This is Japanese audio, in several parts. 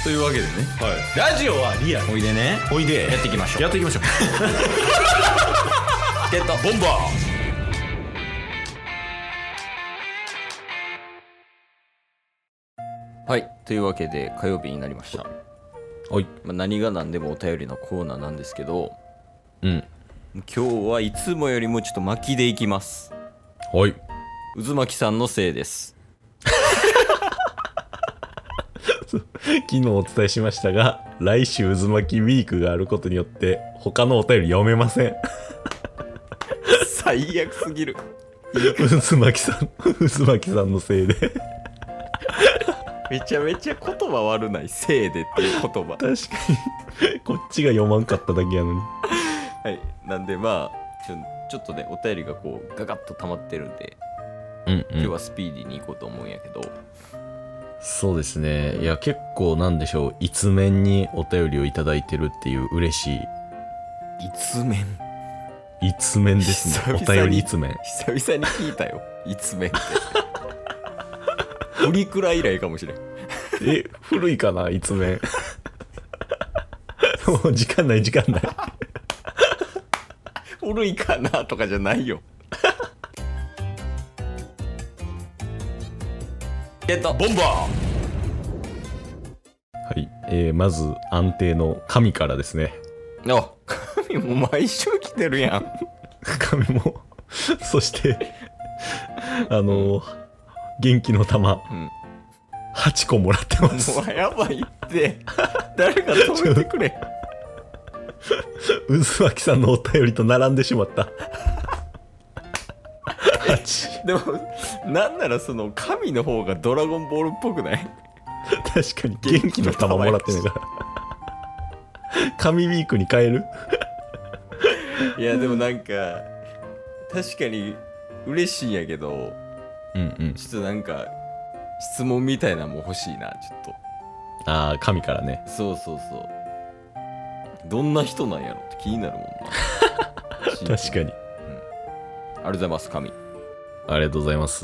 というわけでね、 はい、ラジオはリアル。 おいでね、 おいでやっていきましょう。 やっていきましょうゲットボンバー。はい、というわけで火曜日になりました。 ー。はい。 何が何でもお便りのコーナーなんですけど、 うん。 今日はいつもよりもちょっと巻きでいきます。 はい。 渦巻さんのせいです。 昨日お伝えしましたが、来週渦巻きウィークがあることによって他のお便り読めません。 最悪すぎる。 渦巻さんのせいで。 めちゃめちゃ言葉悪ない、せいでっていう言葉。 確かにこっちが読まんかっただけやのに。 はい、なんでまあちょっとね、お便りがこうガガッと溜まってるんで、今日はスピーディーに行こうと思うんやけど。 そうですね。いや結構なんでしょう、一面にお便りをいただいてるっていう嬉しい。 一面ですね。お便り一面。 久々に聞いたよ、一面って。プリクラ以来かもしれん。 古いかな、一面。もう時間ない。 古いかなとかじゃないよ。ボンバー。 はい、まず安定の神からですね。 あ、神も毎週来てるやん。 神もそして元気の玉、8個もらってます。 もうやばいって、誰か止めてくれ。 渦巻さんのお便りと並んでしまった。8。 でもなんならその神の方がドラゴンボールっぽくない？ 確かに元気の玉もらってんから神ウィークに変える。 いやでもなんか確かに嬉しいんやけど、ちょっとなんか質問みたいなのも欲しいな、ちょっと。 ああ、神からね。 そうどんな人なんやろって気になるもんな。 確かに、 ありがとうございます、神。 ありがとうございます。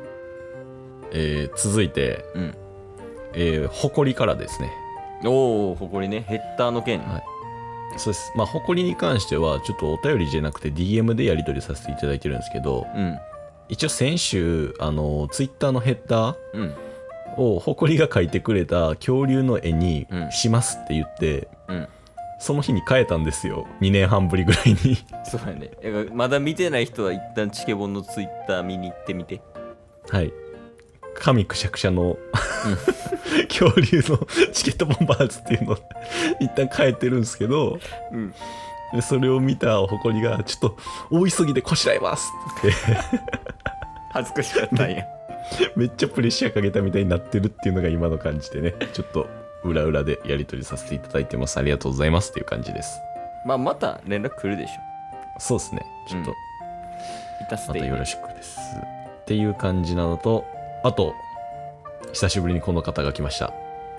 続いて、誇りからですね。 おお、誇りね、ヘッダーの件。 はい、そうです。まあ誇りに関してはちょっとお便りじゃなくて DM でやり取りさせていただいてるんですけど、一応先週ツイッターのヘッダーを誇りが描いてくれた恐竜の絵にしますって言って、その日に変えたんですよ。2年半ぶりぐらいに。 そうやね。まだ見てない人は一旦チケボンのツイッター見に行ってみて。 はい。神くしゃくしゃの恐竜のチケットボンバーズっていうのを一旦変えてるんですけど、でそれを見た誇りがちょっと大急ぎでこしらえますって恥ずかしかったんや。 めっちゃプレッシャーかけたみたいになってるっていうのが今の感じでね、ちょっと裏裏でやり取りさせていただいてます。ありがとうございますっていう感じです。 また連絡来るでしょ。 そうですね。ちょっと、またよろしくですっていう感じなのと、あと久しぶりにこの方が来ました。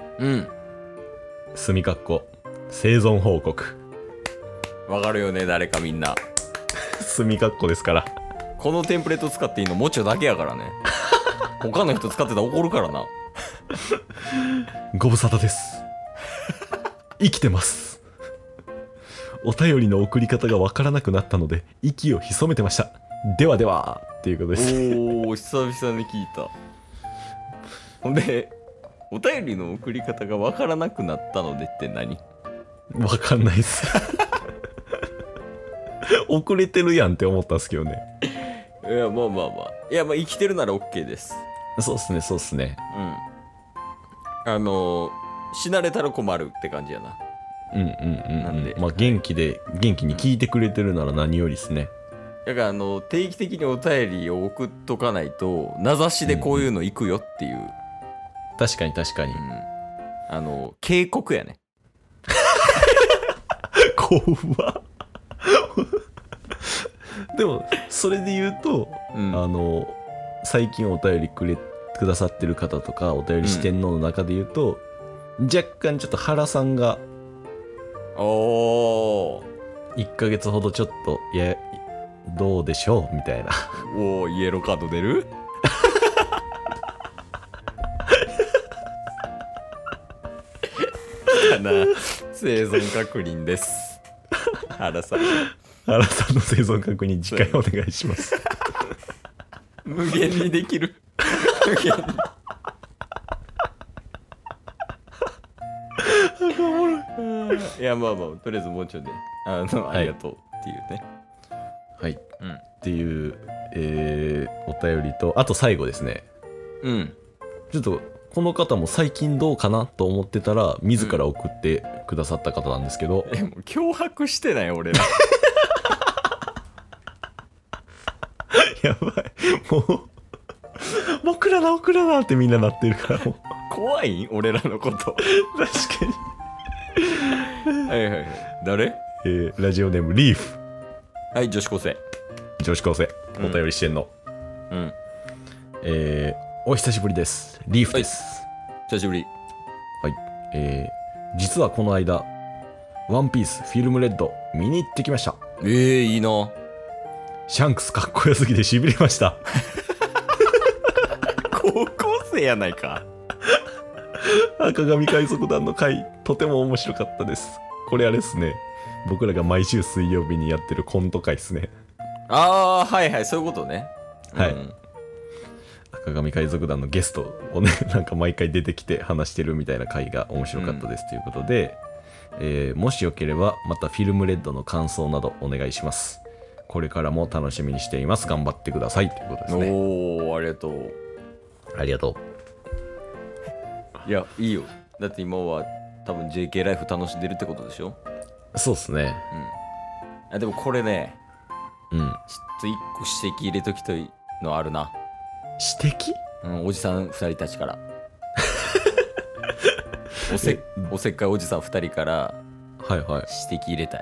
すみかっこ生存報告。 わかるよね、誰かみんな。 すみかっこですから。 このテンプレート使っていいのもちょだけやからね。他の人使ってたら怒るからな。 ご無沙汰です。生きてます。お便りの送り方がわからなくなったので息を潜めてました。ではではっていうことです。 おお、久々に聞いた。ほんで、お便りの送り方がわからなくなったのでって何？ わかんないっす。遅れてるやんって思ったんすけどね。 いやまあ生きてるなら OK です。 そうっすね。 死なれたら困るって感じやな。なんで、 まあ元気に聞いてくれてるなら何よりですね。 だから定期的にお便りを送っとかないと名指しでこういうの行くよっていう、 確かに、 警告やね。 怖っ。でもそれで言うと、最近お便りくださってる方とかお便り四天王の中で言うと、若干ちょっと原さんが1ヶ月ほどちょっとどうでしょうみたいな。 おー、イエローカード出る？ やな。生存確認です。原さんの生存確認次回お願いします。 無限にできる。無限に。いやまあとりあえずもうちょいでありがとうっていうね。 はい、っていう、お便りとあと最後ですね。ちょっとこの方も最近どうかなと思ってたら自ら送ってくださった方なんですけど、もう脅迫してない俺ら。 やばい、もう僕らだってみんななってるからもう怖い俺らのこと。確かに。はい誰？ ラジオネームリーフ。 はい、女子高生お便りしてんの。お久しぶりです。リーフです。 久しぶり。 はい。実はこの間ワンピースフィルムレッド見に行ってきました。 いいな。 シャンクスかっこよすぎてしびれました。 高校生やないか。 赤髪海賊団の回とても面白かったです。これあれですね、僕らが毎週水曜日にやってるコント回ですね。 はいそういうことね。 はい、赤髪海賊団のゲストをねなんか毎回出てきて話してるみたいな回が面白かったですということで、もしよければまたフィルムレッドの感想などお願いします。これからも楽しみにしています。頑張ってくださいということですね。 ありがとう。いやいいよ。だって今は多分 JK ライフ楽しんでるってことでしょ。 そうっすね。 でもこれね、ちょっと一個指摘入れときたいのあるな。 指摘？ おじさん2人たちからおせっかいおじさん2人から指摘入れたい。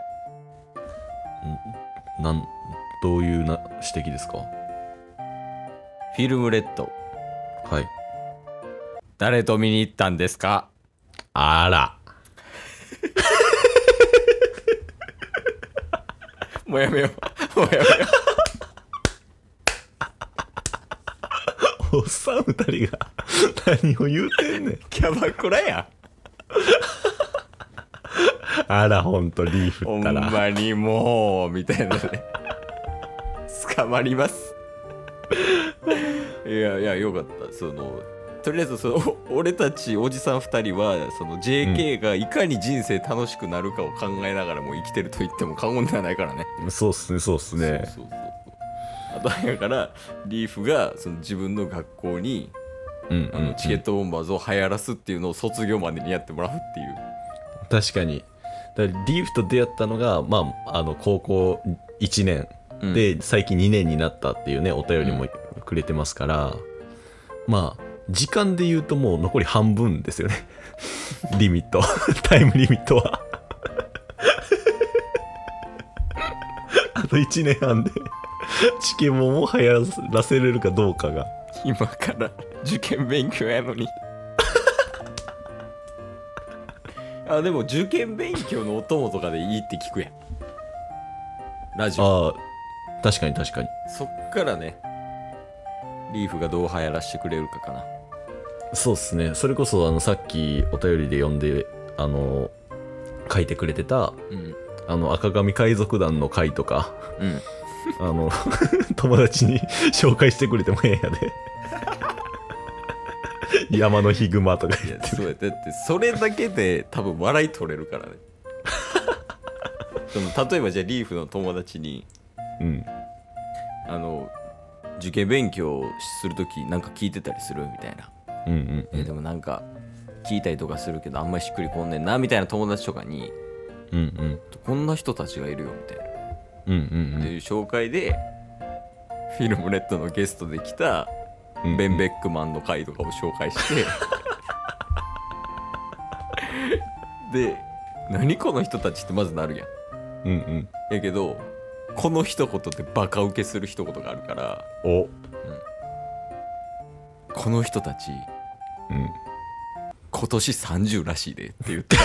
どういう指摘ですか？ フィルムレッド、 はい、 誰と見に行ったんですか？ あらもうやめようおっさん2人が何を言うてんねん。 キャバクラや。 あらほんとリーフったらほんまにもうみたいなね。捕まります。いやよかった。とりあえず俺たちおじさん2人はJK がいかに人生楽しくなるかを考えながらも生きてると言っても過言ではないからね。 そうっすね。そうあとだからリーフが自分の学校に、チケットボンバーズを流行らすっていうのを卒業までにやってもらうっていう。 確かに。だからリーフと出会ったのが、高校1年で、最近2年になったっていうねお便りもくれてますから、時間で言うともう残り半分ですよね。リミットタイムリミットはあと1年半でチケモンを流行らせれるかどうかが。 今から受験勉強やのに。でも受験勉強のお供とかでいいって聞くやん、ラジオ。 確かにそっからねリーフがどう流行らしてくれるかかな。 そうっすね。それこそさっきお便りで読んで書いてくれてた、赤髪海賊団の回とか、友達に紹介してくれてもええんやで。山のヒグマとか言って。 そうや、だってそれだけで多分笑い取れるからね。例えばじゃあリーフの友達に、受験勉強するときなんか聞いてたりするみたいな。でもなんか聞いたりとかするけどあんまりしっくりこんねんなみたいな友達とかに、こんな人たちがいるよみたいな、っていう紹介でフィルムレッドのゲストで来たベン・ベックマンの回とかを紹介してで何この人たちってまずなるやん。やけどこの一言でバカウケする一言があるから、この人たち、今年30らしいでって言ったら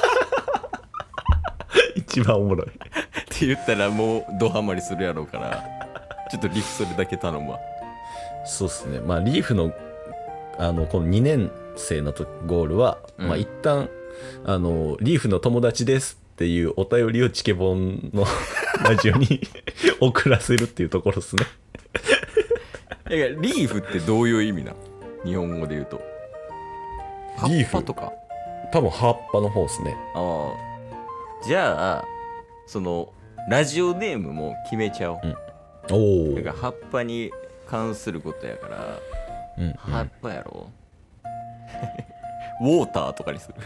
一番おもろいって言ったらもうドハマりするやろうから、ちょっとリーフそれだけ頼むわ。 そうっすね。リーフのこの2年生のゴールは、一旦リーフの友達ですっていうお便りをチケボンのラジオに送らせるっていうところですね。 リーフってどういう意味な？日本語で言うと葉っぱとか？ 多分葉っぱの方ですね。 ああ、じゃあそのラジオネームも決めちゃおう、 おお。 だから葉っぱに関することやから、葉っぱやろウォーターとかにする。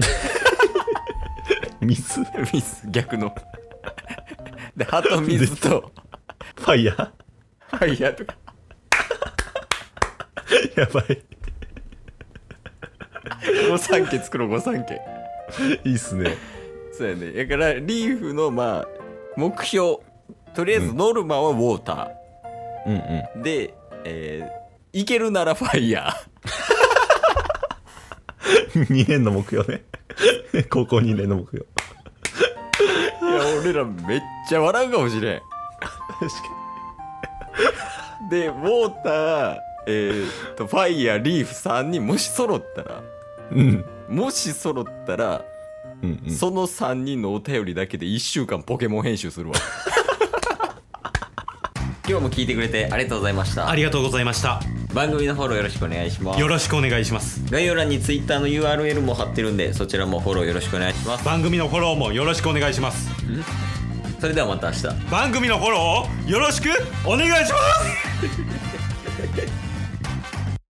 水逆ので、葉と水とファイヤーファイヤーとかやばい。 御三家作ろう、御三家。 いいっすね。 そうやね。だからリーフの目標、とりあえずノルマはウォーター、で、いけるならファイヤー。2年の目標ね。高校2年の目標。 いや、俺らめっちゃ笑うかもしれん。 確かに。で、ウォーター、ファイヤー、リーフ3人もし揃ったら、その3人のお便りだけで1週間ポケモン編集するわ。今日も聞いてくれてありがとうございました。 ありがとうございました。 番組のフォローよろしくお願いします。 よろしくお願いします。 概要欄に Twitter の URL も貼ってるんで、そちらもフォローよろしくお願いします。 番組のフォローもよろしくお願いします。 それではまた明日。 番組のフォローをよろしくお願いします。